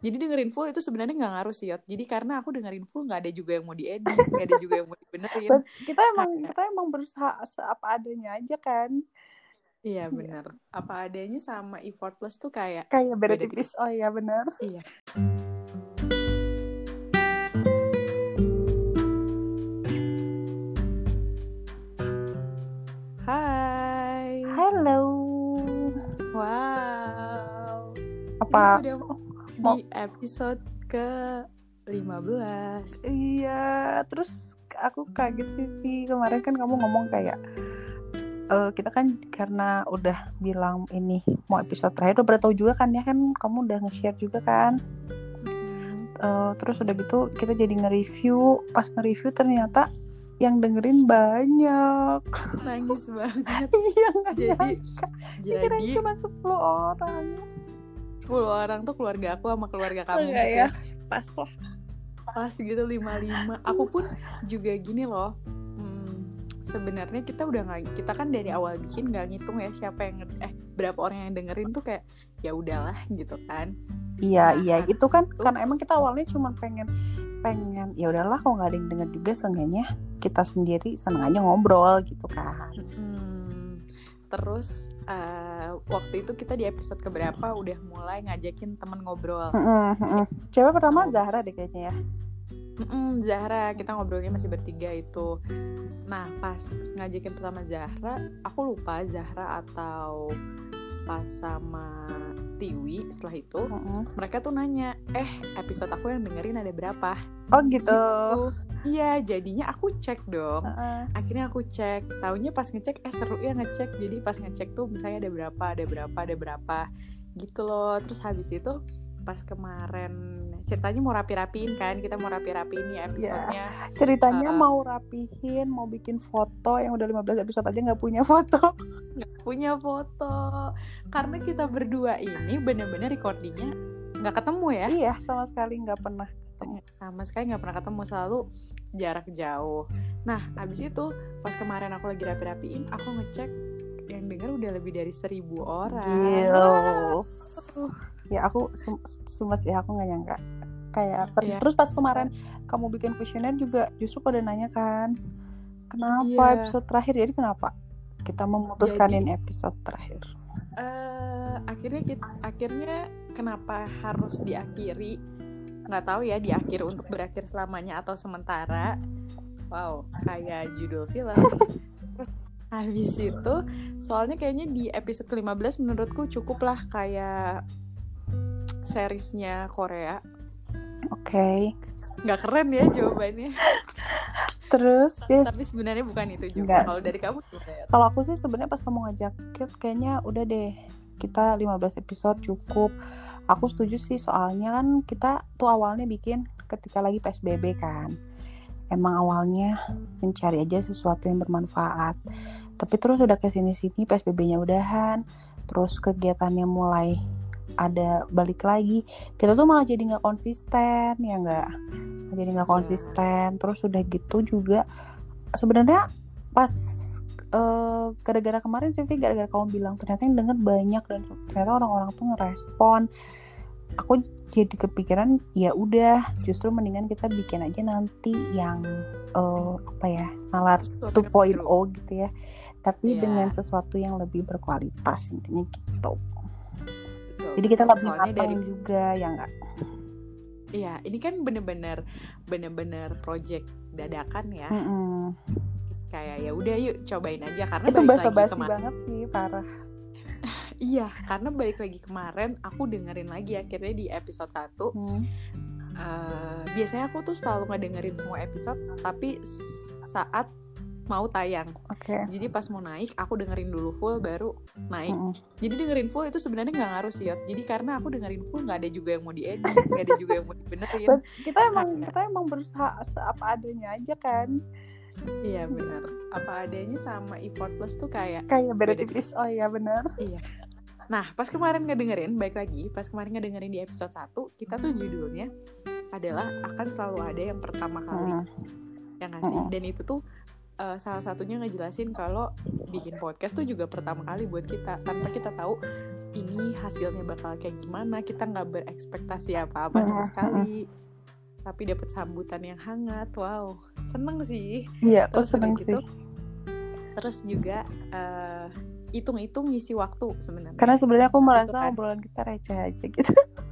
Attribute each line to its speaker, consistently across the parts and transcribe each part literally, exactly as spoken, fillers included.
Speaker 1: Jadi dengerin full itu sebenarnya nggak ngaruh sih, Yot. Jadi karena aku dengerin full nggak ada juga yang mau diedit, nggak ada juga yang mau dibenerin.
Speaker 2: Kita emang kita emang berusaha apa adanya aja kan.
Speaker 1: Iya benar. Apa adanya sama effortless tuh kayak
Speaker 2: kayak beda
Speaker 1: beda
Speaker 2: tipis. Oh iya benar.
Speaker 1: Iya. Hai.
Speaker 2: Halo.
Speaker 1: Wow.
Speaker 2: Apa?
Speaker 1: Ini sudah di episode ke lima belas.
Speaker 2: Iya, terus aku kaget sih, Vi. Kemarin kan kamu ngomong kayak uh, kita kan karena udah bilang ini mau episode terakhir, udah tahu juga kan ya, kan kamu udah nge-share juga kan. Uh, terus udah gitu kita jadi nge-review. Pas nge-review ternyata yang dengerin banyak.
Speaker 1: Nangis banget.
Speaker 2: Iya, gak
Speaker 1: jadi
Speaker 2: nyangka. Kirain
Speaker 1: jadi
Speaker 2: cuma sepuluh orang.
Speaker 1: sepuluh orang tuh keluarga aku sama keluarga kamu.
Speaker 2: Enggak
Speaker 1: gitu
Speaker 2: ya, pas lah.
Speaker 1: Pas gitu lima puluh lima. Aku pun juga gini loh. Hmm, sebenarnya kita udah nggak, kita kan dari awal bikin nggak ngitung ya siapa yang eh berapa orang yang dengerin tuh, kayak ya udahlah gitu kan.
Speaker 2: Iya,
Speaker 1: nah,
Speaker 2: iya, itu kan
Speaker 1: itu,
Speaker 2: karena emang kita awalnya cuma pengen pengen ya udahlah kalau nggak ada yang denger juga, seenggaknya kita sendiri seneng aja ngobrol gitu kan.
Speaker 1: Hmm, terus uh, waktu itu kita di episode keberapa udah mulai ngajakin temen ngobrol.
Speaker 2: Mm-mm. Cewek pertama Zahra deh kayaknya ya.
Speaker 1: Mm-mm, Zahra, kita ngobrolnya masih bertiga itu. Nah pas ngajakin pertama Zahra, aku lupa Zahra atau pas sama Tiwi. Setelah itu mm-hmm. mereka tuh nanya, eh episode aku yang dengerin ada berapa?
Speaker 2: Oh gitu,
Speaker 1: gitu. Iya, jadinya aku cek dong.
Speaker 2: uh-uh.
Speaker 1: Akhirnya aku cek, taunya pas ngecek eh seru ya ngecek. Jadi pas ngecek tuh misalnya ada berapa, ada berapa, ada berapa gitu loh. Terus habis itu pas kemarin ceritanya mau rapi-rapiin kan, kita mau rapi-rapiin ya episodenya.
Speaker 2: Yeah. Ceritanya uh, mau rapihin, mau bikin foto, yang udah lima belas episode aja nggak punya foto.
Speaker 1: Nggak punya foto karena kita berdua ini bener-bener recordingnya nggak ketemu ya.
Speaker 2: Iya, sama sekali nggak pernah ketemu.
Speaker 1: Sama sekali nggak pernah ketemu, selalu jarak jauh. Nah abis itu pas kemarin aku lagi rapi-rapiin, aku ngecek yang denger udah lebih dari seribu orang.
Speaker 2: Gils. Uh. Ya aku sumes ya, aku nggak nyangka kayak ter- yeah. Terus pas kemarin kamu bikin kuesioner juga justru pada nanya kan kenapa yeah. episode terakhir, jadi kenapa kita memutuskan ini episode terakhir?
Speaker 1: Uh, akhirnya kita, akhirnya kenapa harus diakhiri? Nggak tahu ya, diakhiri untuk berakhir selamanya atau sementara. Wow, kayak judul film. Terus habis itu soalnya kayaknya di episode ke lima belas menurutku cukup lah kayak seriesnya Korea.
Speaker 2: Oke. Okay.
Speaker 1: Nggak keren ya jawabannya.
Speaker 2: Terus yes.
Speaker 1: Tapi sebenarnya bukan itu juga. Kalau dari kamu
Speaker 2: ya? Kalau aku sih sebenarnya pas kamu ngajak kayaknya udah deh kita lima belas episode cukup. Aku setuju sih, soalnya kan kita tuh awalnya bikin ketika lagi P S B B kan. Emang awalnya mencari aja sesuatu yang bermanfaat. Tapi terus udah kesini-sini P S B B-nya udahan, terus kegiatannya mulai ada balik lagi, kita tuh malah jadi nggak konsisten ya nggak, jadi nggak konsisten. Terus udah gitu juga sebenarnya pas uh, gara-gara kemarin sih, gara-gara kamu bilang ternyata yang denger banyak dan ternyata orang-orang tuh ngerespon, aku jadi kepikiran ya udah justru mendingan kita bikin aja nanti yang uh, apa ya nalar dua titik nol gitu ya, tapi yeah. dengan sesuatu yang lebih berkualitas intinya gitu. Jadi kita lebih matang dari... juga ya nggak?
Speaker 1: Iya, ini kan bener-bener bener-bener project dadakan ya.
Speaker 2: Mm-mm.
Speaker 1: Kayak ya udah yuk cobain aja, karena
Speaker 2: itu basa-basi kemar- banget sih, parah.
Speaker 1: Iya, karena balik lagi kemarin aku dengerin lagi akhirnya di episode satu. Hmm. Uh, biasanya aku tuh selalu ngedengerin semua episode, tapi saat mau tayang.
Speaker 2: Okay.
Speaker 1: Jadi pas mau naik aku dengerin dulu full baru naik.
Speaker 2: Mm-hmm.
Speaker 1: Jadi dengerin full itu sebenarnya nggak ngaruh sih, Yot. Jadi karena aku dengerin full nggak ada juga yang mau diedit, nggak ada juga yang mau dibenerin.
Speaker 2: Kita emang nah, kita emang berusaha apa adanya aja kan.
Speaker 1: Iya benar. Apa adanya sama effortless tuh kayak
Speaker 2: kayak beda tipis. Oh iya benar.
Speaker 1: Iya. Nah pas kemarin ngedengerin, baik lagi pas kemarin ngedengerin di episode satu, kita tuh judulnya adalah akan selalu ada yang pertama kali. Mm-hmm. Ya nggak sih? Mm-hmm. Dan itu tuh Uh, salah satunya ngejelasin kalau bikin podcast tuh juga pertama kali buat kita, tanpa kita tahu ini hasilnya bakal kayak gimana. Kita nggak berekspektasi apa-apa sama sekali, tapi dapat sambutan yang hangat. Wow, seneng sih.
Speaker 2: Iya, aku
Speaker 1: Terus
Speaker 2: seneng
Speaker 1: udah
Speaker 2: sih.
Speaker 1: gitu, terus juga eh, hitung-hitung ngisi waktu sebenarnya.
Speaker 2: Karena sebenarnya aku
Speaker 1: Gitu
Speaker 2: merasa
Speaker 1: kan.
Speaker 2: obrolan kita receh aja gitu.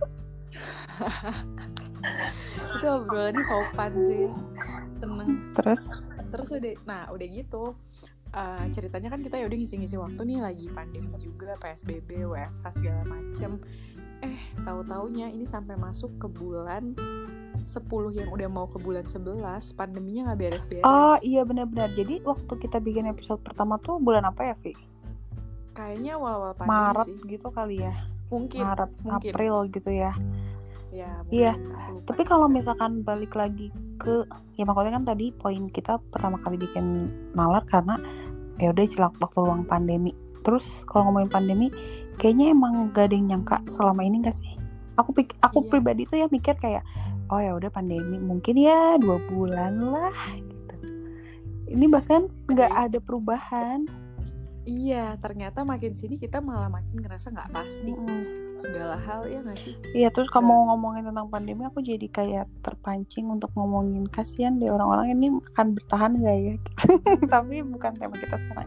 Speaker 1: Itu obrolannya sopan sih, seneng.
Speaker 2: Terus
Speaker 1: Terus udah, nah udah gitu uh, ceritanya kan kita ya udah ngisi-ngisi waktu nih, lagi pandemi juga, P S B B, W F H segala macem. Eh tahu-taunya ini sampai masuk ke bulan sepuluh yang udah mau ke bulan sebelas, pandeminya nggak beres-beres.
Speaker 2: Oh iya benar-benar. Jadi waktu kita bikin episode pertama tuh bulan apa ya, Vi?
Speaker 1: Kayaknya awal-awal pandemi
Speaker 2: Maret
Speaker 1: sih.
Speaker 2: gitu kali ya.
Speaker 1: Mungkin.
Speaker 2: Maret,
Speaker 1: mungkin.
Speaker 2: April gitu ya.
Speaker 1: Ya, mungkin.
Speaker 2: Iya. Tapi kalau misalkan balik lagi ke, ya makanya kan tadi poin kita pertama kali bikin nalar karena ya udah istilah waktu luang pandemi. Terus kalau ngomongin pandemi, kayaknya emang gak ada yang nyangka selama ini gak sih? Aku pik- aku
Speaker 1: Iya.
Speaker 2: pribadi tuh ya mikir kayak, oh ya udah pandemi mungkin ya dua bulan lah gitu. Ini bahkan nggak ada perubahan.
Speaker 1: Iya, ternyata makin sini kita malah makin ngerasa nggak pasti
Speaker 2: Mm.
Speaker 1: segala hal, ya nggak sih?
Speaker 2: Iya, terus kamu ngomongin tentang pandemi, aku jadi kayak terpancing untuk ngomongin kasihan deh orang-orang ini akan bertahan nggak ya? Tapi bukan tema kita sekarang.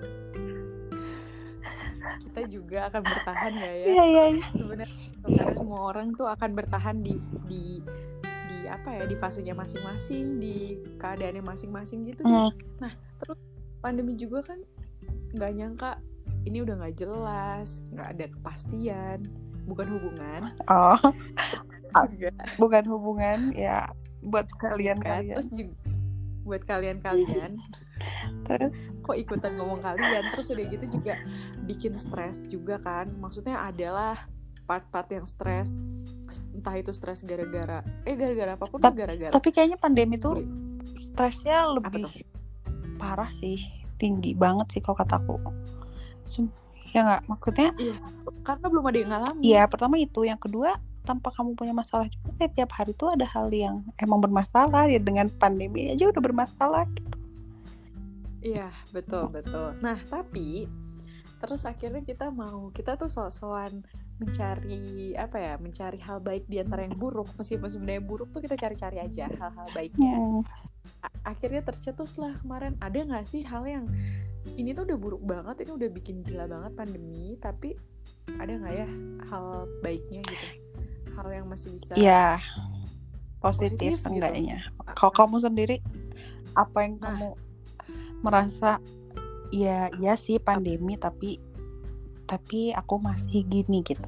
Speaker 1: Kita juga akan bertahan nggak ya?
Speaker 2: Iya iya iya.
Speaker 1: Sebenarnya semua orang tuh akan bertahan di di di apa ya, di fasenya masing-masing, di keadaannya masing-masing gitu.
Speaker 2: Mm.
Speaker 1: Nah, terus pandemi juga kan nggak nyangka ini udah nggak jelas, nggak ada kepastian, bukan hubungan.
Speaker 2: Oh,
Speaker 1: Enggak.
Speaker 2: bukan hubungan ya buat kalian
Speaker 1: Kan?
Speaker 2: kalian.
Speaker 1: Terus juga buat kalian-kalian.
Speaker 2: Terus
Speaker 1: Kok ikutan ngomong kalian? Terus udah gitu juga bikin stres juga kan. Maksudnya adalah part-part yang stres, entah itu stres gara-gara eh gara-gara apapun tuh
Speaker 2: Ta-
Speaker 1: gara-gara.
Speaker 2: tapi kayaknya pandemi tuh stresnya
Speaker 1: Apa
Speaker 2: lebih
Speaker 1: tuh?
Speaker 2: parah sih, tinggi banget sih kalau kataku. Sem- ya nggak, maksudnya
Speaker 1: Iya, karena belum ada yang ngalamin.
Speaker 2: ya pertama itu, yang kedua tanpa kamu punya masalah juga, kayak tiap hari tuh ada hal yang emang bermasalah ya, dengan pandemi aja udah bermasalah gitu.
Speaker 1: Iya, betul, betul. Nah, tapi terus akhirnya kita mau, kita tuh sok-sokan mencari apa ya, mencari hal baik di antara yang buruk. Meskipun sebenarnya buruk tuh kita cari-cari aja hal-hal baiknya.
Speaker 2: Hmm.
Speaker 1: A- akhirnya tercetus lah kemarin, ada nggak sih hal yang ini tuh udah buruk banget, ini udah bikin gila banget pandemi, tapi ada nggak ya hal baiknya gitu, hal yang masih bisa
Speaker 2: Ya positif,
Speaker 1: positif gitu.
Speaker 2: seenggaknya. Kalau kamu sendiri apa yang
Speaker 1: Nah.
Speaker 2: kamu merasa, ya iya sih pandemi, tapi tapi aku masih gini gitu.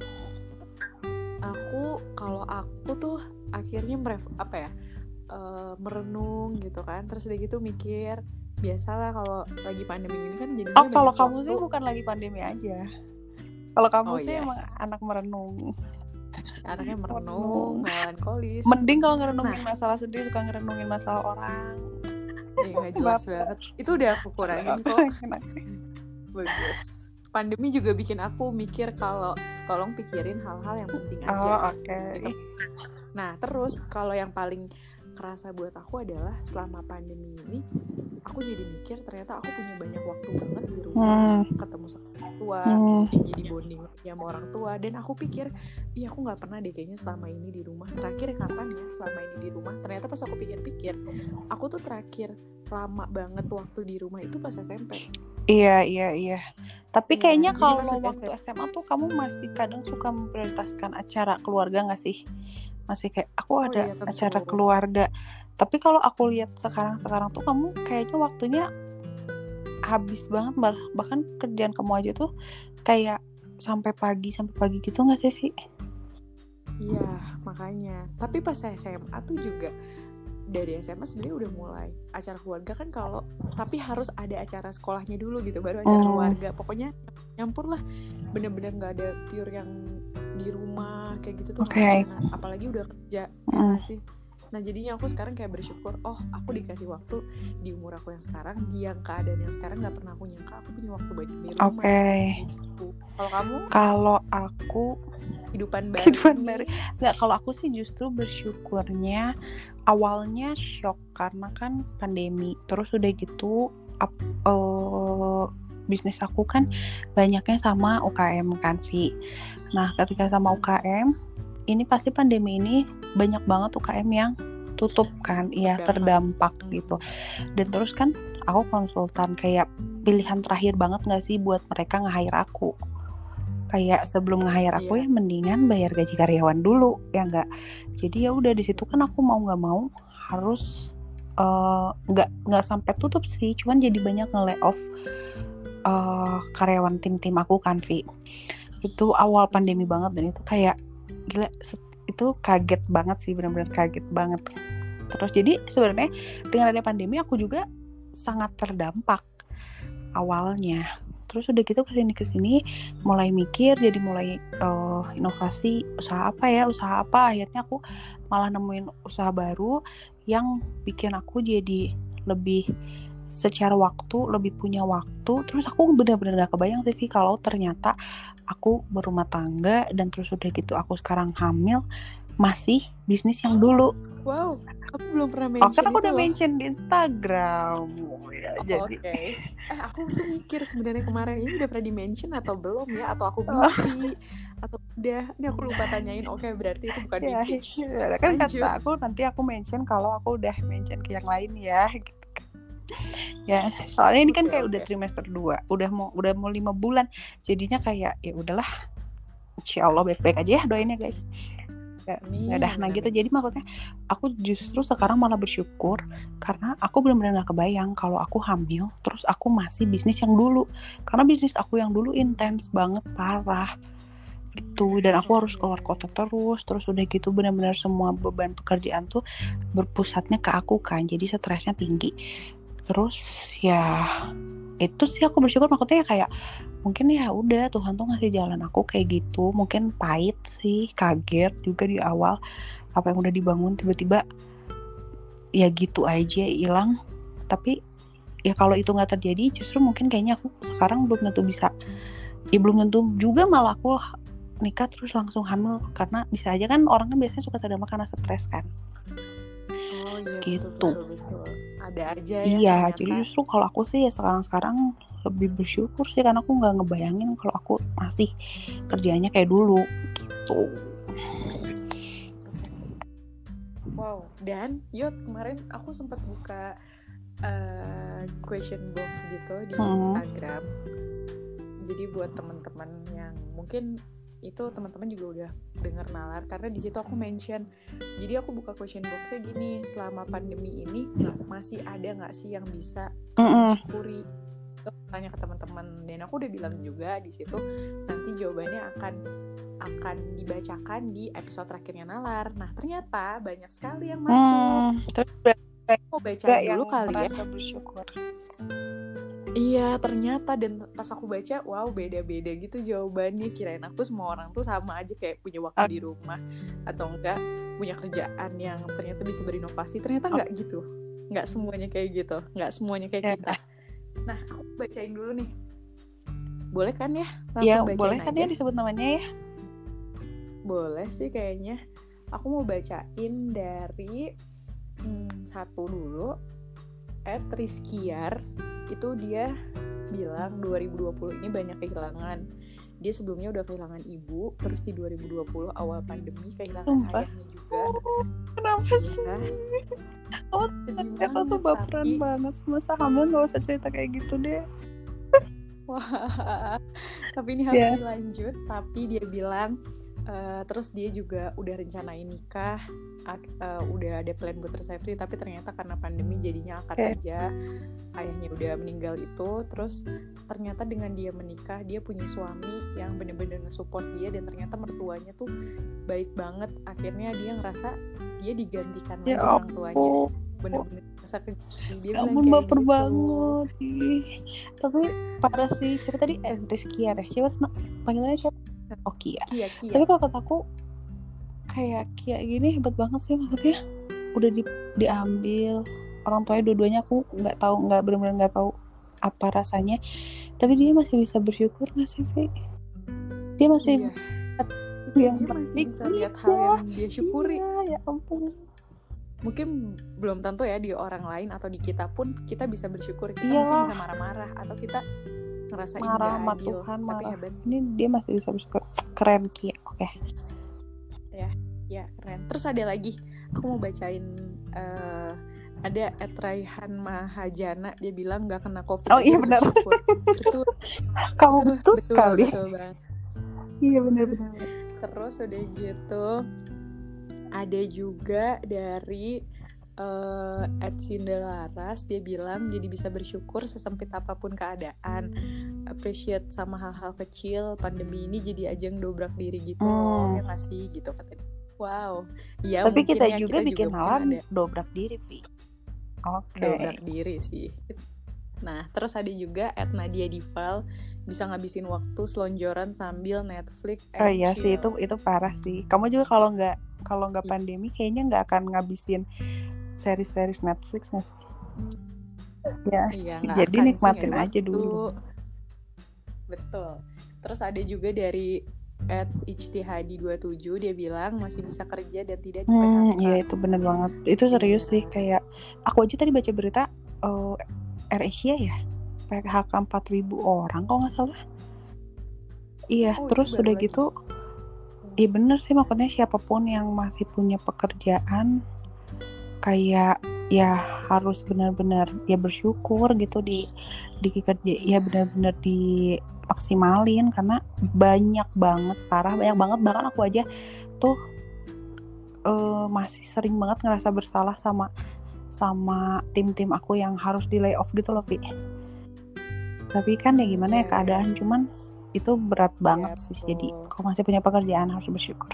Speaker 1: Aku kalau aku tuh akhirnya meref- apa ya uh, merenung gitu kan, terus udah gitu mikir, biasalah kalau lagi pandemi ini kan jadinya
Speaker 2: Oh, kalau
Speaker 1: banyak
Speaker 2: kamu
Speaker 1: waktu.
Speaker 2: sih bukan lagi pandemi aja. Kalau kamu
Speaker 1: Oh,
Speaker 2: sih
Speaker 1: yes.
Speaker 2: emang anak merenung.
Speaker 1: Anaknya
Speaker 2: Merenung.
Speaker 1: merenung, melankolis.
Speaker 2: Mending kalau ngerenungin masalah sendiri, suka ngerenungin masalah orang.
Speaker 1: Ya nggak jelas banget. Itu udah aku kurangin kok.
Speaker 2: Enak.
Speaker 1: Bagus. Pandemi juga bikin aku mikir kalau tolong pikirin hal-hal yang penting aja.
Speaker 2: Oh, oke.
Speaker 1: Gitu. Nah, terus kalau yang paling kerasa buat aku adalah selama pandemi ini, aku jadi mikir ternyata aku punya banyak waktu banget di rumah,
Speaker 2: Hmm.
Speaker 1: ketemu sama orang tua,
Speaker 2: Hmm.
Speaker 1: jadi bonding lagi sama orang tua. Dan aku pikir, iya aku nggak pernah deh kayaknya selama ini di rumah. Terakhir kapan ya selama ini di rumah? Ternyata pas aku pikir-pikir, aku tuh terakhir lama banget waktu di rumah itu pas S M P.
Speaker 2: Iya, iya, iya. Tapi
Speaker 1: Iya,
Speaker 2: kayaknya
Speaker 1: jadi
Speaker 2: kalau
Speaker 1: masuk
Speaker 2: waktu
Speaker 1: S M P.
Speaker 2: S M A tuh kamu masih kadang suka memprioritaskan acara keluarga nggak sih? Masih kayak aku
Speaker 1: Oh
Speaker 2: ada
Speaker 1: iya, tentu.
Speaker 2: acara keluarga. Tapi kalau aku lihat sekarang-sekarang tuh kamu kayaknya waktunya habis banget, bah- bahkan kerjaan kamu aja tuh kayak sampai pagi sampai pagi gitu nggak sih, Vi?
Speaker 1: Iya, makanya. Tapi pas S M A tuh juga dari S M A sebenarnya udah mulai acara keluarga kan, kalau tapi harus ada acara sekolahnya dulu gitu baru acara
Speaker 2: Hmm.
Speaker 1: keluarga. Pokoknya nyampur lah, bener-bener nggak ada pure yang di rumah kayak gitu tuh nggak
Speaker 2: Oke.
Speaker 1: ada. Apalagi udah kerja, ya
Speaker 2: Hmm.
Speaker 1: nggak sih. Nah jadinya aku sekarang kayak bersyukur, oh aku dikasih waktu di umur aku yang sekarang, di yang keadaan yang sekarang nggak pernah aku nyangka aku punya waktu banyak di rumah.
Speaker 2: Oke.
Speaker 1: Gitu. Kalau kamu
Speaker 2: Kalau aku
Speaker 1: kehidupan baru,
Speaker 2: kehidupan
Speaker 1: nih,
Speaker 2: baru. Nggak, kalau aku sih justru bersyukurnya awalnya shock karena kan pandemi, terus udah gitu ap- eh, bisnis aku kan banyaknya sama U K M kan Vi. Nah ketika sama U K M ini pasti pandemi ini banyak banget U K M yang tutup kan, ya terdampak gitu. Dan terus kan aku konsultan, kayak pilihan terakhir banget nggak sih buat mereka nge-hire aku. Kayak sebelum nge-hire aku yeah. ya mendingan bayar gaji karyawan dulu, ya nggak. Jadi ya udah di situ kan aku mau nggak mau harus nggak uh, nggak sampai tutup sih, cuman jadi banyak nge-layoff uh, karyawan tim-tim aku kan Vi. Itu awal pandemi banget dan itu kayak gila, itu kaget banget sih, benar-benar kaget banget. Terus jadi sebenarnya dengan ada pandemi aku juga sangat terdampak awalnya. Terus udah gitu kesini kesini mulai mikir, jadi mulai uh, inovasi usaha apa ya usaha apa akhirnya aku malah nemuin usaha baru yang bikin aku jadi lebih secara waktu, lebih punya waktu. Terus aku benar-benar gak kebayang sih kalau ternyata aku berumah tangga dan terus udah gitu aku sekarang hamil masih bisnis yang dulu.
Speaker 1: Wow, aku belum pernah mention.
Speaker 2: Oh, kan aku
Speaker 1: udah
Speaker 2: loh. mention di Instagram. Ya,
Speaker 1: oh,
Speaker 2: jadi.
Speaker 1: Oke. Okay. Eh, aku tuh mikir sebenarnya kemarin ini udah pernah di mention atau belum ya, atau aku mimpi, oh. atau udah. Ini aku lupa tanyain. Oke, okay, berarti itu bukan
Speaker 2: ya,
Speaker 1: mimpi.
Speaker 2: Ya, kan Lanjut. Kata aku nanti aku mention kalau aku udah mention ke yang lain ya. Gitu. Ya, soalnya ini kan okay, kayak okay. udah trimester dua, udah mau udah mau lima bulan, jadinya kayak ya udahlah, insya Allah baik-baik aja ya, doain ya guys. Ya, ya dah, nah gitu. Jadi maksudnya aku justru sekarang malah bersyukur karena aku benar-benar gak kebayang kalau aku hamil terus aku masih bisnis yang dulu, karena bisnis aku yang dulu intens banget, parah gitu, dan aku harus keluar kota terus, terus udah gitu benar-benar semua beban pekerjaan tuh berpusatnya ke aku kan, jadi stresnya tinggi. Terus ya itu sih aku bersyukur, maksudnya kayak mungkin ya udah Tuhan tuh ngasih jalan aku kayak gitu. Mungkin pahit sih, kaget juga di awal apa yang udah dibangun tiba-tiba ya gitu aja hilang. Tapi ya kalau itu nggak terjadi justru mungkin kayaknya aku sekarang belum tentu bisa, ya belum tentu juga malah aku nikah terus langsung hamil, karena bisa aja kan orang kan biasanya suka terdampak karena stres kan.
Speaker 1: Oh iya
Speaker 2: gitu.
Speaker 1: betul, betul, betul. Ada aja ya.
Speaker 2: Iya, ternyata. Jadi justru kalau aku sih ya sekarang-sekarang lebih bersyukur sih karena aku nggak ngebayangin kalau aku masih kerjanya kayak dulu gitu.
Speaker 1: Wow, dan Yot kemarin aku sempat buka uh, question box gitu di hmm. Instagram. Jadi buat teman-teman yang mungkin itu teman-teman juga udah dengar nalar, karena di situ aku mention. Jadi aku buka question box-nya gini, selama pandemi ini masih ada nggak sih yang bisa mensyukuri? Itu tanya ke teman-teman, dan aku udah bilang juga di situ nanti jawabannya akan akan dibacakan di episode terakhirnya nalar. Nah ternyata banyak sekali yang masuk. Hmm,
Speaker 2: terus
Speaker 1: aku baca dulu kali ya.
Speaker 2: Bersyukur.
Speaker 1: Iya ternyata, dan pas aku baca wow beda-beda gitu jawabannya. Kirain aku semua orang tuh sama aja, kayak punya waktu di rumah atau enggak punya kerjaan yang ternyata bisa berinovasi. Ternyata enggak gitu, enggak semuanya kayak gitu, enggak semuanya kayak kita. Nah aku bacain dulu nih, boleh kan ya? Langsung
Speaker 2: ya
Speaker 1: bacain
Speaker 2: boleh kan
Speaker 1: aja.
Speaker 2: Ya disebut namanya ya?
Speaker 1: Boleh sih kayaknya. Aku mau bacain dari hmm, satu dulu, at Rizkiar. Itu dia bilang dua ribu dua puluh ini banyak kehilangan. Dia sebelumnya udah kehilangan ibu, terus di dua ribu dua puluh awal pandemi kehilangan Sumpah. ayahnya juga.
Speaker 2: Kenapa sih? Oh, aku tuh baperan tapi... banget sama sahamnya, gak usah cerita kayak gitu deh.
Speaker 1: Wah, tapi ini harus yeah. dilanjut. Tapi dia bilang uh, terus dia juga udah rencanain nikah, uh, udah ada plan buat resepsi, tapi ternyata karena pandemi jadinya angkat okay. aja. Ayahnya udah meninggal itu. Terus ternyata dengan dia menikah, dia punya suami yang bener-bener nge-support dia, dan ternyata mertuanya tuh baik banget. Akhirnya dia ngerasa dia digantikan ya oleh orang tuanya. Bener-bener ngerasa keganti. Dia bilang kayak
Speaker 2: baper
Speaker 1: gitu.
Speaker 2: banget. Tapi parah sih. Siapa tadi? Eh, Rizkia deh. Siapa? Panggilannya siapa? Oh, Kia.
Speaker 1: Kia, Kia.
Speaker 2: Tapi kalau kataku kayak Kia gini hebat banget sih, maksudnya udah di, diambil orang tuanya dua-duanya. Aku nggak tahu, nggak benar-benar nggak tahu apa rasanya, tapi dia masih bisa bersyukur nggak sih, Vi? Dia masih
Speaker 1: iya. yang dia masih bisa lihat hal yang dia syukuri.
Speaker 2: Iya, ya ampun.
Speaker 1: Mungkin belum tentu ya di orang lain atau di kita pun kita bisa bersyukur, kita
Speaker 2: Iyalah.
Speaker 1: mungkin bisa marah-marah atau kita ngerasain
Speaker 2: marah
Speaker 1: gak
Speaker 2: sama
Speaker 1: adil,
Speaker 2: Tuhan,
Speaker 1: tapi
Speaker 2: marah.
Speaker 1: hebat sih.
Speaker 2: Ini dia masih bisa bersyukur. Keren Ki. Oke.
Speaker 1: Ya, ya keren. Terus ada lagi, aku mau bacain uh, ada at Raihan Mahajana, dia bilang nggak kena covid
Speaker 2: Oh
Speaker 1: aja
Speaker 2: iya benar.
Speaker 1: bersyukur. Betul.
Speaker 2: Kamu
Speaker 1: Betul,
Speaker 2: betul
Speaker 1: betul
Speaker 2: sekali.
Speaker 1: betul banget.
Speaker 2: Iya benar-benar.
Speaker 1: Terus udah gitu ada juga dari uh, at Sindelaras, dia bilang jadi bisa bersyukur sesempit apapun keadaan, appreciate sama hal-hal kecil, pandemi ini jadi ajang dobrak diri gitu loh,
Speaker 2: Hmm.
Speaker 1: ya nggak sih gitu katanya. Wow, ya
Speaker 2: Tapi
Speaker 1: mungkin
Speaker 2: kita
Speaker 1: ya
Speaker 2: juga
Speaker 1: kita
Speaker 2: bikin
Speaker 1: juga
Speaker 2: hal
Speaker 1: mungkin ada
Speaker 2: dobrak diri, Vi. Oke.
Speaker 1: dobrak diri sih. Nah, terus ada juga at Nadia Dival, bisa ngabisin waktu selonjoran sambil Netflix and
Speaker 2: Oh iya
Speaker 1: chill.
Speaker 2: sih, itu itu parah sih. Kamu juga kalau nggak kalau nggak pandemi kayaknya nggak akan ngabisin series-series Netflix nggak sih? Ya.
Speaker 1: Iya,
Speaker 2: Jadi
Speaker 1: akan
Speaker 2: nikmatin
Speaker 1: sih,
Speaker 2: aja dulu.
Speaker 1: Betul. Terus ada juga dari at Ijtihadi dua puluh tujuh, dia bilang masih bisa kerja dan tidak di P H K.
Speaker 2: Hmm, iya itu benar banget. Itu serius
Speaker 1: Iya.
Speaker 2: sih, kayak aku aja tadi baca berita uh, AirAsia ya, P H K empat ribu orang kalau nggak salah. Iya,
Speaker 1: Oh,
Speaker 2: terus udah lagi. Gitu. Iya bener sih, maksudnya siapapun yang masih punya pekerjaan kayak ya harus benar-benar ya bersyukur gitu, di di kerja ya benar-benar dimaksimalin, karena banyak banget, parah banyak banget. Bahkan aku aja tuh uh, masih sering banget ngerasa bersalah sama sama tim-tim aku yang harus di layoff gitu loh, Vi. Tapi kan ya gimana yeah, ya keadaan, yeah. Cuman itu berat banget yeah, sih. Betul. Jadi kalau masih punya pekerjaan harus bersyukur.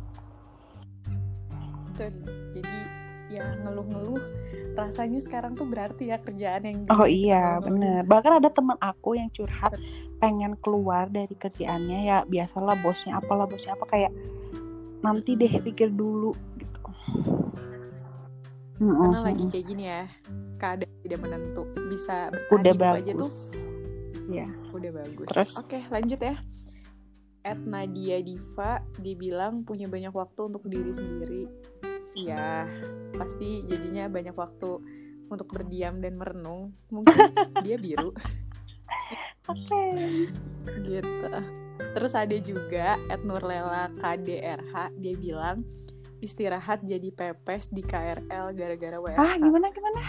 Speaker 1: Betul. Jadi ya ngeluh-ngeluh rasanya sekarang tuh berarti ya kerjaan yang
Speaker 2: oh iya bener. Bahkan ada teman aku yang curhat pengen keluar dari kerjaannya, ya biasalah bosnya apalah bosnya apa kayak nanti deh pikir dulu gitu.
Speaker 1: Karena mm-hmm. lagi kayak gini ya, keadaan tidak menentu, bisa bertahan
Speaker 2: udah
Speaker 1: hidup
Speaker 2: bagus.
Speaker 1: Aja tuh
Speaker 2: ya
Speaker 1: udah bagus.
Speaker 2: Terus
Speaker 1: oke lanjut ya. At Nadia Diva, dia bilang punya banyak waktu untuk diri sendiri. Ya pasti jadinya banyak waktu untuk berdiam dan merenung. Mungkin dia biru.
Speaker 2: Oke okay.
Speaker 1: Gitu. Terus ada juga at Nurlela K D R H, dia bilang istirahat jadi pepes di K R L gara-gara W F H.
Speaker 2: Ah gimana gimana?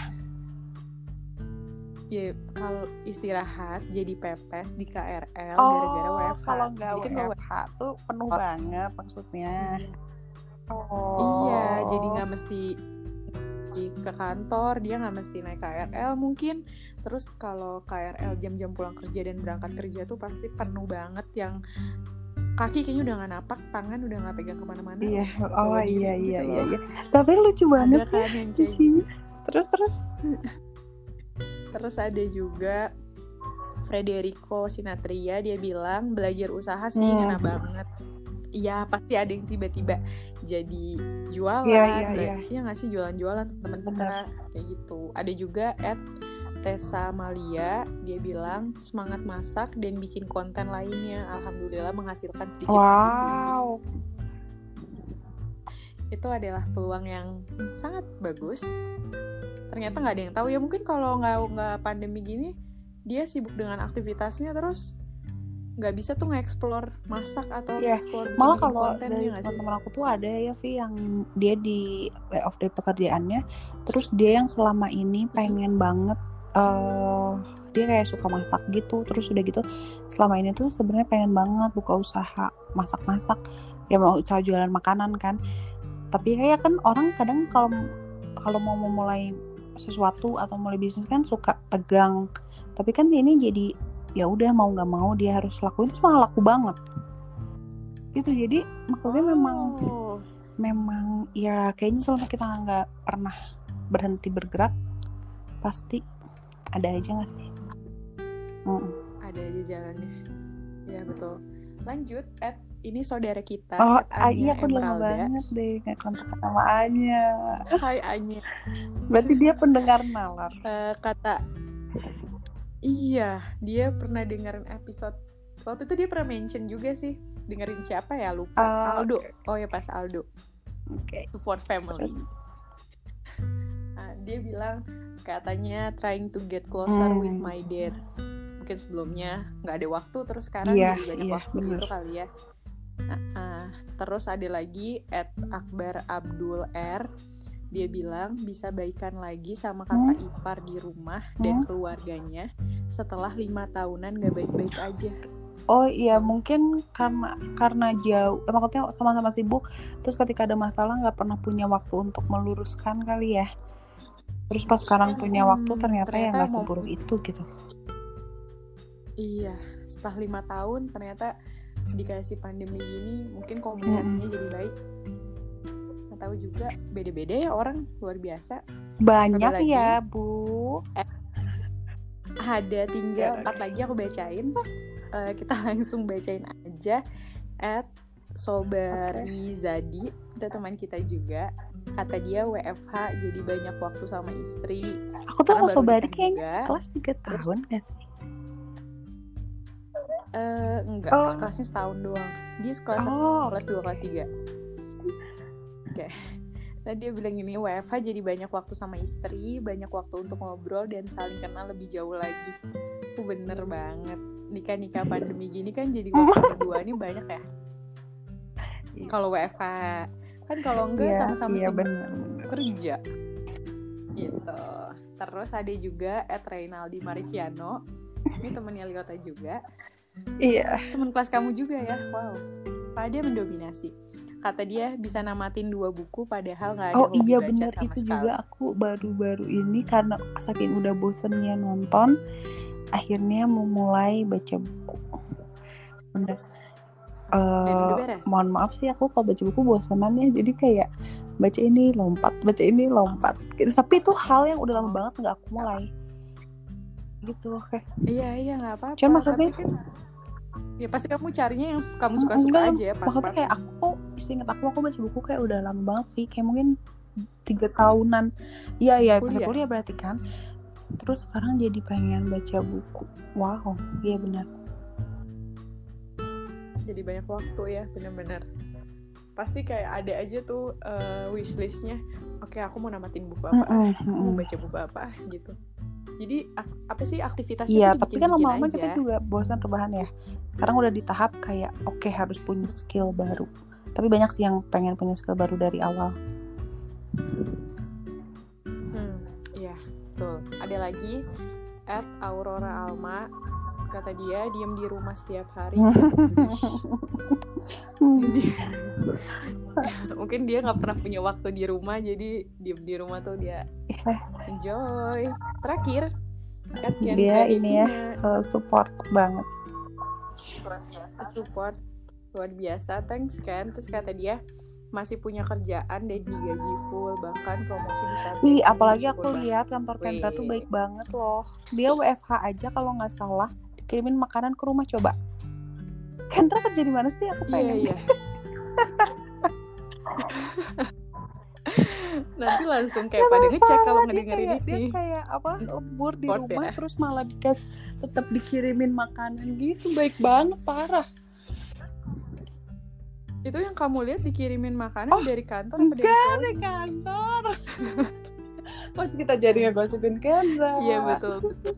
Speaker 1: Ya kalau istirahat jadi pepes di K R L
Speaker 2: oh,
Speaker 1: gara-gara W F H.
Speaker 2: Kalau nggak
Speaker 1: jadi
Speaker 2: W F H kan tuh penuh oh. banget maksudnya.
Speaker 1: Oh. Iya, jadi nggak mesti ke kantor, dia nggak mesti naik K R L mungkin. Terus kalau K R L jam-jam pulang kerja dan berangkat kerja tuh pasti penuh banget, yang kaki kayaknya udah nggak napak, tangan udah nggak pegang kemana-mana.
Speaker 2: Iya, oh iya iya iya iya. Tapi lucu banget
Speaker 1: kan yang kayak
Speaker 2: sih. Terus terus.
Speaker 1: Terus ada juga Federico Sinatria, dia bilang belajar usaha sih hmm. ngena banget. Iya pasti ada yang tiba-tiba jadi jualan,
Speaker 2: ya, ya, ya.
Speaker 1: ya nggak sih jualan-jualan teman kita kayak gitu. Ada juga at Tessa Malia, dia bilang semangat masak dan bikin konten lainnya, alhamdulillah menghasilkan sedikit.
Speaker 2: Wow.
Speaker 1: Itu adalah peluang yang sangat bagus. Ternyata nggak ada yang tahu ya, mungkin kalau nggak nggak pandemi gini dia sibuk dengan aktivitasnya terus nggak bisa tuh nge-explore masak atau
Speaker 2: yeah.
Speaker 1: nge-explore
Speaker 2: malah kalau dari teman-teman aku tuh ada ya Vi yang dia di layoff dari pekerjaannya, terus dia yang selama ini pengen banget uh, dia kayak suka masak gitu, terus udah gitu selama ini tuh sebenarnya pengen banget buka usaha masak-masak, ya mau usaha jualan makanan kan, tapi kayak kan orang kadang kalau kalau mau memulai sesuatu atau mulai bisnis kan suka tegang, tapi kan ini jadi ya udah mau nggak mau dia harus lakuin, itu malah laku banget gitu. Jadi maksudnya oh. memang memang ya kayaknya selama kita nggak pernah berhenti bergerak pasti ada aja nggak sih? Hmm.
Speaker 1: Ada aja jalannya. Ya betul. Lanjut at ini saudara kita.
Speaker 2: Oh iya aku lama banget deh nggak kontak sama Anya.
Speaker 1: Hai Anya.
Speaker 2: Berarti dia pendengar nalar.
Speaker 1: Uh, kata iya, dia pernah dengerin episode. Waktu itu dia pernah mention juga sih. Dengerin siapa ya? Lupa. Uh, Aldo. Okay. Oh ya pas Aldo.
Speaker 2: Oke. Okay.
Speaker 1: Support family. Nah, dia bilang katanya trying to get closer hmm. with my dad. mungkin sebelumnya nggak ada waktu terus sekarang
Speaker 2: Iya,
Speaker 1: jadi banyak
Speaker 2: iya,
Speaker 1: waktu
Speaker 2: bener.
Speaker 1: gitu kali ya. Nah, uh, terus ada lagi at Akbar Abdul R, dia bilang bisa baikan lagi sama kakak
Speaker 2: Hmm?
Speaker 1: ipar di rumah dan
Speaker 2: Hmm?
Speaker 1: keluarganya setelah lima tahunan gak baik-baik aja.
Speaker 2: Oh iya, mungkin karena karena jauh, eh, maksudnya sama-sama sibuk, terus ketika ada masalah nggak pernah punya waktu untuk meluruskan kali ya. Terus pas sekarang punya waktu
Speaker 1: Hmm,
Speaker 2: ternyata, ya
Speaker 1: ternyata
Speaker 2: nggak
Speaker 1: mau-
Speaker 2: seburuk itu gitu.
Speaker 1: Iya, setelah lima tahun ternyata dikasih pandemi gini mungkin komunikasinya jadi baik. Nggak tahu juga, beda-beda ya orang, luar biasa.
Speaker 2: Banyak
Speaker 1: Ada lagi?
Speaker 2: ya Bu.
Speaker 1: Ada tinggal
Speaker 2: Ya,
Speaker 1: empat lagi aku bacain. Uh, kita langsung bacain aja. At Sobarizadi, itu teman kita juga. Kata dia W F H jadi banyak waktu sama istri.
Speaker 2: Aku tuh
Speaker 1: Karena
Speaker 2: sama
Speaker 1: baru
Speaker 2: Sobari
Speaker 1: nikah
Speaker 2: kayaknya
Speaker 1: juga.
Speaker 2: sekelas tiga tahun gak sih?
Speaker 1: Uh, enggak,
Speaker 2: Oh.
Speaker 1: sekelasnya setahun doang. Dia sekelas
Speaker 2: Oh,
Speaker 1: kelas dua, kelas tiga. Oke. Nah dia bilang gini, W F H jadi banyak waktu sama istri, banyak waktu untuk ngobrol dan saling kenal lebih jauh lagi. Itu bener banget. Nikah-nikah pandemi gini kan jadi waktu berdua ini banyak ya. Kalau W F H kan, kalau enggak
Speaker 2: iya,
Speaker 1: sama-sama
Speaker 2: iya
Speaker 1: sibuk
Speaker 2: bener, bener.
Speaker 1: kerja. Gitu. Terus ada juga at Reynaldi Mariciano. Ini temennya Liota juga.
Speaker 2: Iya.
Speaker 1: Temen kelas kamu juga ya. Wow. Pada mendominasi. Kata dia bisa namatin dua buku padahal nggak ada
Speaker 2: Oh
Speaker 1: hobi
Speaker 2: iya
Speaker 1: baca
Speaker 2: bener,
Speaker 1: sama
Speaker 2: itu
Speaker 1: sekali.
Speaker 2: juga aku baru-baru ini karena saking udah bosennya nonton, akhirnya memulai baca buku. Bener.
Speaker 1: Dan udah
Speaker 2: Uh,
Speaker 1: beres.
Speaker 2: mohon maaf sih aku kalau baca buku bosanan ya, jadi kayak baca ini lompat, baca ini lompat gitu. Tapi itu hal yang udah lama banget nggak aku mulai gitu. Kayak
Speaker 1: Iya iya nggak apa-apa.
Speaker 2: cuman maksudnya
Speaker 1: Tapi kan ya pasti kamu carinya yang kamu suka-suka
Speaker 2: enggak,
Speaker 1: aja ya.
Speaker 2: maksudnya kayak aku ingat aku aku baca buku kayak udah lama banget sih, kayak mungkin tiga tahunan. Iya iya pas
Speaker 1: Kuliah.
Speaker 2: kuliah berarti kan. Terus sekarang jadi pengen baca buku. Wow, iya benar.
Speaker 1: Jadi banyak waktu ya, benar-benar. Pasti kayak ada aja tuh uh, wishlistnya. Oke, aku mau namatin buku apa,
Speaker 2: Mm-mm,
Speaker 1: aku mau
Speaker 2: mm-mm.
Speaker 1: baca buku apa gitu. Jadi ak- apa sih aktivitasnya?
Speaker 2: Iya,
Speaker 1: tuh
Speaker 2: tapi kan
Speaker 1: dibikin-bikin
Speaker 2: lama-lama
Speaker 1: aja.
Speaker 2: kita juga bosan rebahan ya. Sekarang udah di tahap kayak oke okay, harus punya skill baru. Tapi banyak sih yang pengen punya skill baru dari awal.
Speaker 1: Hmm, iya, betul. Ada lagi at Aurora Alma. Kata dia diem di rumah setiap hari. Mungkin dia nggak pernah punya waktu di rumah, jadi diem di rumah tuh dia enjoy. Terakhir Kat
Speaker 2: dia ini ya uh, support banget.
Speaker 1: Support luar biasa, thanks kan. Terus kata dia masih punya kerjaan dan digaji full, bahkan promosi di saat.
Speaker 2: Ih, apalagi aku lihat kantor Kendra tuh baik banget loh. Dia W F H aja kalau nggak salah kirimin makanan ke rumah. Coba Kendra kerja di mana sih? Aku pengen.
Speaker 1: Iya, iya. Nanti langsung kayak pada ngecek kalau ngedengerin ini.
Speaker 2: Dia kayak apa, lebur di
Speaker 1: Support
Speaker 2: rumah
Speaker 1: ya.
Speaker 2: Terus malah dikasih tetap dikirimin makanan gitu. Baik banget, parah.
Speaker 1: Itu yang kamu lihat dikirimin makanan oh, dari kantor apa dari
Speaker 2: Enggak, dari kantor. Kok kita jadi ngegosipin Kendra?
Speaker 1: Iya, betul, betul.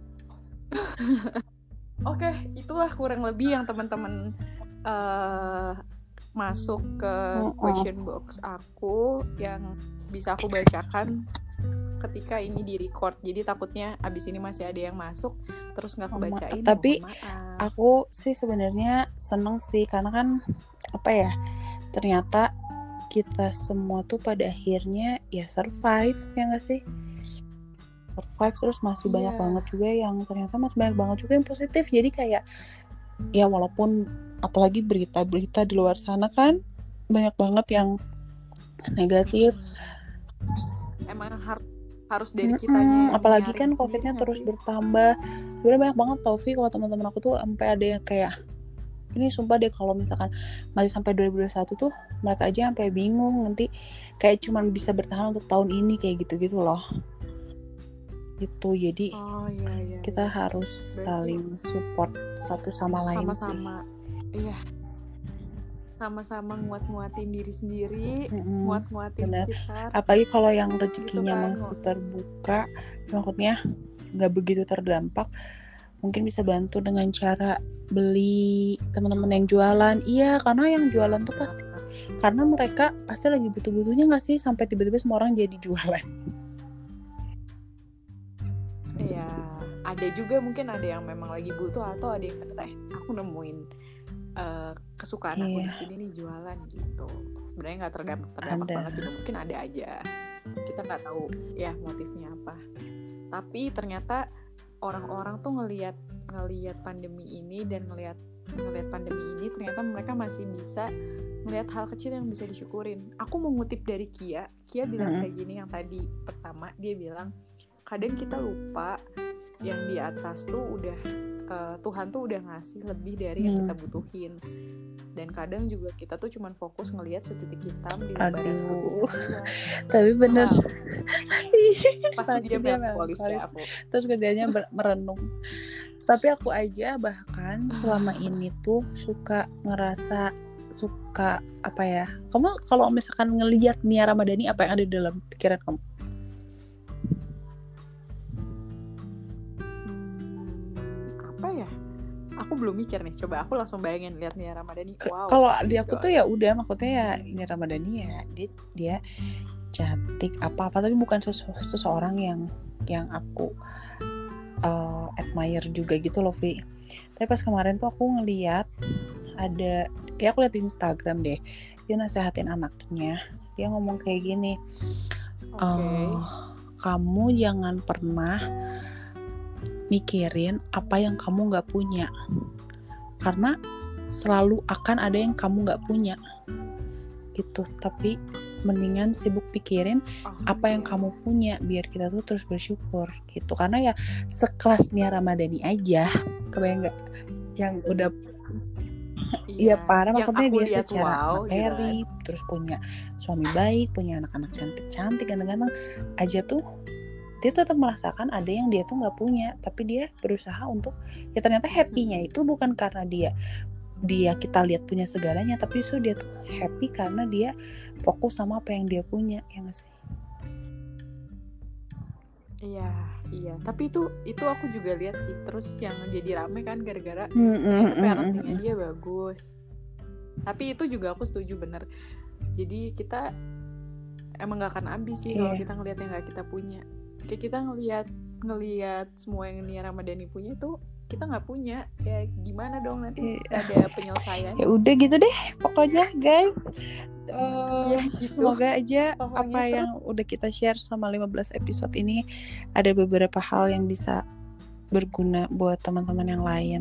Speaker 1: Oke, itulah kurang lebih yang teman-teman uh, masuk ke uh-uh. question box aku yang bisa aku bacakan ketika ini di record. Jadi takutnya abis ini masih ada yang masuk terus nggak kebacain.
Speaker 2: Tapi aku sih sebenarnya seneng sih karena kan apa ya, ternyata kita semua tuh pada akhirnya ya survive, ya nggak sih? Survive terus masih yeah. banyak banget juga yang ternyata masih banyak banget juga yang positif. Jadi kayak ya walaupun apalagi berita-berita di luar sana kan banyak banget yang negatif.
Speaker 1: Emang har- harus dari kitanya.
Speaker 2: Apalagi kan covidnya terus sih? bertambah. Sebenarnya banyak banget Taufik, kalau teman-teman aku tuh sampai ada yang kayak ini sumpah deh kalau misalkan masih sampai dua ribu dua puluh satu tuh mereka aja sampai bingung nanti kayak cuman bisa bertahan untuk tahun ini kayak gitu-gitu loh. Gitu, jadi
Speaker 1: oh, iya, iya,
Speaker 2: kita
Speaker 1: iya.
Speaker 2: harus berarti saling support satu sama lain
Speaker 1: sama-sama,
Speaker 2: sih.
Speaker 1: Iya, sama-sama nguat-nguatin diri sendiri,
Speaker 2: mm-hmm.
Speaker 1: nguat-nguatin
Speaker 2: Bener.
Speaker 1: sekitar.
Speaker 2: Apalagi kalau yang rezekinya
Speaker 1: gitu kan,
Speaker 2: masih terbuka, maksudnya nggak begitu terdampak, mungkin bisa bantu dengan cara beli teman-teman yang jualan. Iya, karena yang jualan tuh pasti, karena mereka pasti lagi butuh-butuhnya nggak sih, sampai tiba-tiba semua orang jadi jualan.
Speaker 1: Iya, ada juga mungkin ada yang memang lagi butuh, atau ada yang ternyata eh aku nemuin uh, kesukaan aku
Speaker 2: Iya.
Speaker 1: di sini nih, jualan gitu. Sebenarnya nggak terdampak terdampak
Speaker 2: Ada.
Speaker 1: banget juga, mungkin ada aja. Kita nggak tahu ya motifnya apa. Tapi ternyata orang-orang tuh ngelihat ngelihat pandemi ini dan ngelihat ngelihat pandemi ini ternyata mereka masih bisa ngelihat hal kecil yang bisa disyukurin. Aku mau ngutip dari Kia. Kia bilang
Speaker 2: Mm-mm.
Speaker 1: kayak gini yang tadi pertama, dia bilang kadang kita lupa yang di atas tuh udah uh, Tuhan tuh udah ngasih lebih dari yang
Speaker 2: Hmm.
Speaker 1: kita butuhin. Dan kadang juga kita tuh cuman fokus ngelihat setitik hitam di lembaran
Speaker 2: Aduh.
Speaker 1: putih yang luas.
Speaker 2: Tapi bener.
Speaker 1: Wow. Pasti
Speaker 2: Pasti
Speaker 1: dia
Speaker 2: dia
Speaker 1: melankolis
Speaker 2: melankolis.
Speaker 1: kayak aku.
Speaker 2: Terus kerjanya ber- merenung. Tapi aku aja bahkan selama ini tuh suka ngerasa, suka apa ya, kamu kalau misalkan ngelihat Nia Ramadhani, apa yang ada di dalam pikiran kamu?
Speaker 1: Hmm, apa ya? Aku belum mikir nih. Coba aku langsung bayangin lihat Nia Ramadhani.
Speaker 2: K-
Speaker 1: Wow.
Speaker 2: Kalau di aku tuh ya udah, maksudnya ya Nia Ramadhani ya dia, dia cantik apa-apa, tapi bukan sesu- seseorang yang yang aku uh, admire juga gitu loh, Vi. Tapi pas kemarin tuh aku ngeliat ada, kayak aku liat di Instagram deh, dia nasehatin anaknya. Dia ngomong kayak gini,
Speaker 1: Oke.
Speaker 2: uh, kamu jangan pernah mikirin apa yang kamu nggak punya, karena selalu akan ada yang kamu nggak punya gitu. Tapi mendingan sibuk pikirin
Speaker 1: Oh,
Speaker 2: apa yang kamu punya, biar kita tuh terus bersyukur gitu. Karena ya sekelas Nia Ramadhani aja, kebayang nggak, yang udah
Speaker 1: iya.
Speaker 2: ya parah,
Speaker 1: Yang
Speaker 2: maksudnya
Speaker 1: aku
Speaker 2: dia
Speaker 1: lihat
Speaker 2: secara
Speaker 1: wow gitu
Speaker 2: materi,
Speaker 1: kan.
Speaker 2: terus punya suami baik, punya anak-anak cantik-cantik, ganteng-ganteng aja tuh, dia tetap merasakan ada yang dia tuh nggak punya. Tapi dia berusaha untuk, ya ternyata happy-nya itu bukan karena dia dia kita lihat punya segalanya, tapi justru dia tuh happy karena dia fokus sama apa yang dia punya, ya nggak sih?
Speaker 1: Iya, iya. Tapi itu itu aku juga lihat sih. Terus yang jadi rame kan gara-gara
Speaker 2: Hmm,
Speaker 1: ternyata
Speaker 2: hmm,
Speaker 1: parentingnya
Speaker 2: hmm,
Speaker 1: dia bagus. Tapi itu juga aku setuju bener. Jadi kita emang gak akan habis sih kalau
Speaker 2: Iya.
Speaker 1: kita ngelihat yang gak kita punya. Kayak kita ngelihat ngelihat semua yang Nia Ramadhani punya itu kita nggak punya, ya gimana dong nanti
Speaker 2: Iya.
Speaker 1: nggak ada penyelesaian.
Speaker 2: Ya udah gitu deh pokoknya guys. Uh,
Speaker 1: Ya, gitu.
Speaker 2: Semoga aja
Speaker 1: Pokoknya
Speaker 2: apa
Speaker 1: terus-
Speaker 2: yang udah kita share selama lima belas episode ini ada beberapa hal yang bisa berguna buat teman-teman yang lain.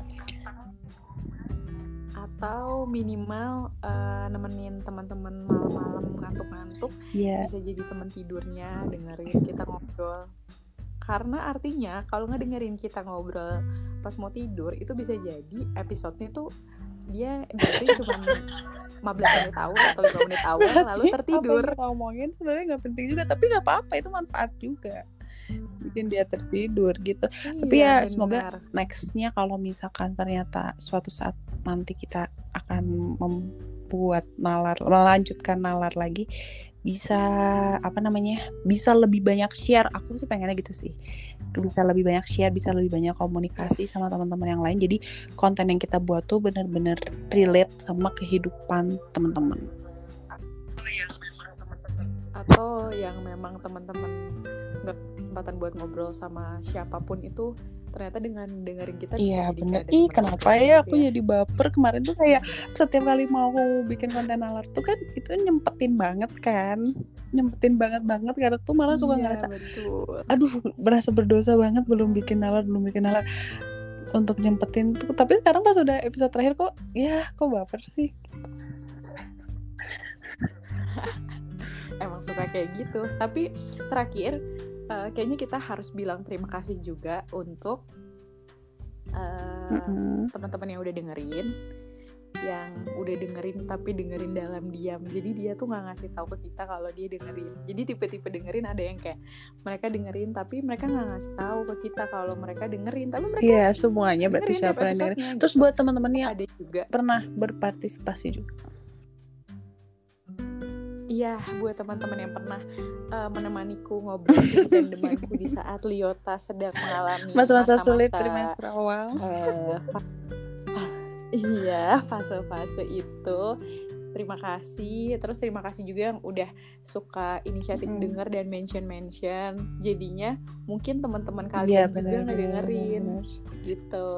Speaker 1: Atau minimal uh, nemenin teman-teman malam-malam ngantuk-ngantuk,
Speaker 2: Iya.
Speaker 1: bisa jadi teman tidurnya dengerin kita ngobrol. Karena artinya kalau nggak dengerin kita ngobrol pas mau tidur, itu bisa jadi episodenya tuh dia biasanya cuma lima belas menit awal atau lima menit awal lalu tertidur.
Speaker 2: Apa yang kita omongin sebenarnya nggak penting juga, tapi nggak apa-apa, itu manfaat juga, bikin dia tertidur gitu.
Speaker 1: Iya,
Speaker 2: Tapi ya
Speaker 1: benar.
Speaker 2: semoga nextnya kalau misalkan ternyata suatu saat nanti kita akan membuat nalar, melanjutkan nalar lagi, bisa apa namanya, bisa lebih banyak share. Aku sih pengennya gitu sih, bisa lebih banyak share, bisa lebih banyak komunikasi sama teman-teman yang lain. Jadi konten yang kita buat tuh benar-benar relate sama kehidupan teman-teman.
Speaker 1: Atau yang memang teman-teman nggak kesempatan buat ngobrol sama siapapun itu, ternyata dengan dengerin kita bisa
Speaker 2: Iya
Speaker 1: jadi
Speaker 2: bener.
Speaker 1: kayak ada
Speaker 2: Ih
Speaker 1: teman
Speaker 2: kenapa
Speaker 1: ngobrol
Speaker 2: ya
Speaker 1: gitu
Speaker 2: aku jadi baper kemarin tuh, kayak setiap kali mau bikin konten nalar tuh kan itu nyempetin banget kan, nyempetin banget banget karena tuh malah suka
Speaker 1: Iya,
Speaker 2: ngerasa
Speaker 1: betul.
Speaker 2: aduh berasa berdosa banget belum bikin nalar belum bikin nalar untuk nyempetin tuh. Tapi sekarang pas udah episode terakhir kok ya kok baper sih.
Speaker 1: Emang suka kayak gitu. Tapi terakhir uh, kayaknya kita harus bilang terima kasih juga untuk uh,
Speaker 2: Mm-mm.
Speaker 1: teman-teman yang udah dengerin, yang udah dengerin tapi dengerin dalam diam. Jadi dia tuh nggak ngasih tahu ke kita kalau dia dengerin. Jadi tipe-tipe dengerin ada yang kayak mereka dengerin tapi mereka nggak ngasih tahu ke kita kalau mereka dengerin. Tapi mereka
Speaker 2: Iya semuanya berarti
Speaker 1: dengerin
Speaker 2: siapa
Speaker 1: tiap
Speaker 2: yang dengerin.
Speaker 1: episodenya
Speaker 2: Terus
Speaker 1: gitu.
Speaker 2: buat teman-teman yang
Speaker 1: Ada juga.
Speaker 2: pernah berpartisipasi juga.
Speaker 1: Iya, buat teman-teman yang pernah uh, menemaniku ngobrol dan demanku di saat Liota sedang mengalami
Speaker 2: masa-masa
Speaker 1: masa-masa
Speaker 2: sulit trimester awal.
Speaker 1: Uh, fa- iya, fase-fase itu. Terima kasih. Terus terima kasih juga yang udah suka inisiatif
Speaker 2: Mm.
Speaker 1: denger dan mention-mention. Jadinya mungkin teman-teman
Speaker 2: Iya,
Speaker 1: kalian juga
Speaker 2: benar,
Speaker 1: ngedengerin
Speaker 2: benar, benar.
Speaker 1: gitu.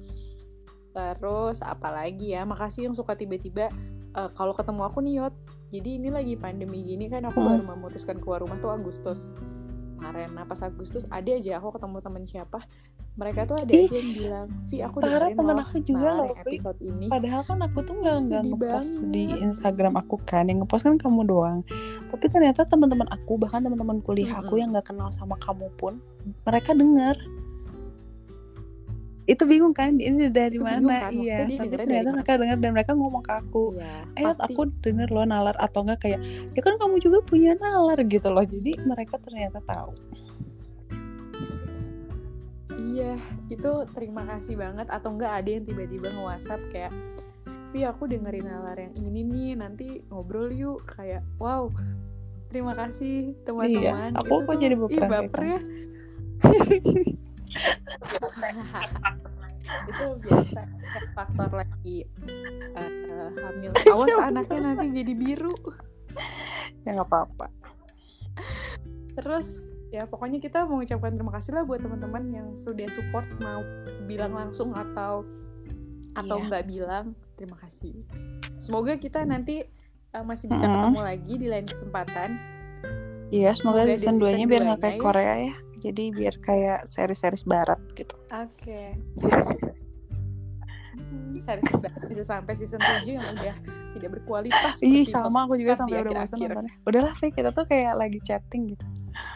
Speaker 1: Terus apalagi ya, makasih yang suka tiba-tiba uh, kalau ketemu aku nih Yot. Jadi ini lagi pandemi gini kan aku
Speaker 2: Hmm.
Speaker 1: baru memutuskan keluar rumah tuh Agustus kemarin. Nah pas Agustus ada aja aku ketemu temen siapa, mereka tuh ada
Speaker 2: Ih,
Speaker 1: aja yang bilang, Vi aku
Speaker 2: Tara
Speaker 1: dengerin
Speaker 2: temen
Speaker 1: loh
Speaker 2: aku juga
Speaker 1: Nalar
Speaker 2: loh,
Speaker 1: yang
Speaker 2: Vi.
Speaker 1: episode ini.
Speaker 2: Padahal kan aku tuh nggak nggak
Speaker 1: Sedih
Speaker 2: ngepost di
Speaker 1: banget.
Speaker 2: Instagram aku kan, yang ngepost kan kamu doang. Tapi ternyata teman-teman aku, bahkan teman-teman kuliah aku
Speaker 1: Mm-mm.
Speaker 2: yang nggak kenal sama kamu pun, mereka denger. Itu bingung kan, ini dari
Speaker 1: Itu bingung
Speaker 2: mana?
Speaker 1: kan,
Speaker 2: Iya,
Speaker 1: maksudnya dia
Speaker 2: tapi
Speaker 1: dengernya
Speaker 2: ternyata
Speaker 1: dari
Speaker 2: mereka denger dan mereka ngomong ke aku,
Speaker 1: Iya,
Speaker 2: eh
Speaker 1: pasti.
Speaker 2: aku denger lo nalar, atau enggak kayak, ya kan kamu juga punya nalar gitu loh. Jadi mereka ternyata tahu.
Speaker 1: Iya, itu terima kasih banget. Atau enggak ada yang tiba-tiba nge-WhatsApp kayak, Vi aku dengerin Nalar yang ini nih, nanti ngobrol yuk. Kayak wow, terima kasih teman-teman.
Speaker 2: Iya, aku
Speaker 1: Itu
Speaker 2: kok
Speaker 1: tuh,
Speaker 2: jadi
Speaker 1: ih
Speaker 2: baperan kayak
Speaker 1: baper
Speaker 2: kamu.
Speaker 1: ya. Itu biasa, kayak faktor lagi uh, hamil. Awas anaknya nanti jadi biru.
Speaker 2: Ya nggak apa-apa.
Speaker 1: Terus ya pokoknya kita mau ucapkan terima kasih lah buat teman-teman yang sudah support, mau bilang langsung atau atau
Speaker 2: Iya.
Speaker 1: nggak bilang, terima kasih. Semoga kita nanti uh, masih bisa
Speaker 2: Mm-hmm.
Speaker 1: ketemu lagi di lain kesempatan.
Speaker 2: Iya, semoga,
Speaker 1: Semoga
Speaker 2: season
Speaker 1: ada
Speaker 2: dua nya
Speaker 1: season
Speaker 2: biar nggak
Speaker 1: dua-nya
Speaker 2: kayak
Speaker 1: ya.
Speaker 2: Korea ya. Jadi biar kayak seri-seri barat gitu.
Speaker 1: Oke. Hmm, series barat bisa sampai season tujuh yang udah tidak berkualitas.
Speaker 2: Ih,
Speaker 1: seperti
Speaker 2: sama aku juga
Speaker 1: House
Speaker 2: sampai
Speaker 1: di
Speaker 2: udah bosan
Speaker 1: akhir-akhir.
Speaker 2: nontonnya. Udahlah, Vi, kita tuh kayak lagi chatting gitu.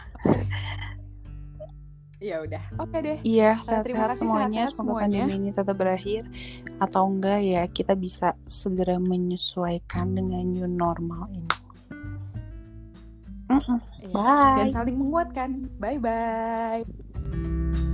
Speaker 1: Ya udah, oke deh.
Speaker 2: Iya,
Speaker 1: Uh, terima
Speaker 2: sehat-sehat
Speaker 1: kasih
Speaker 2: semuanya.
Speaker 1: sehat-sehat
Speaker 2: Semoga
Speaker 1: semuanya.
Speaker 2: pandemi ini tetap berakhir. Atau enggak ya, kita bisa segera menyesuaikan dengan new normal ini. Mm-mm.
Speaker 1: Iya.
Speaker 2: Bye.
Speaker 1: Dan saling menguatkan. Bye bye.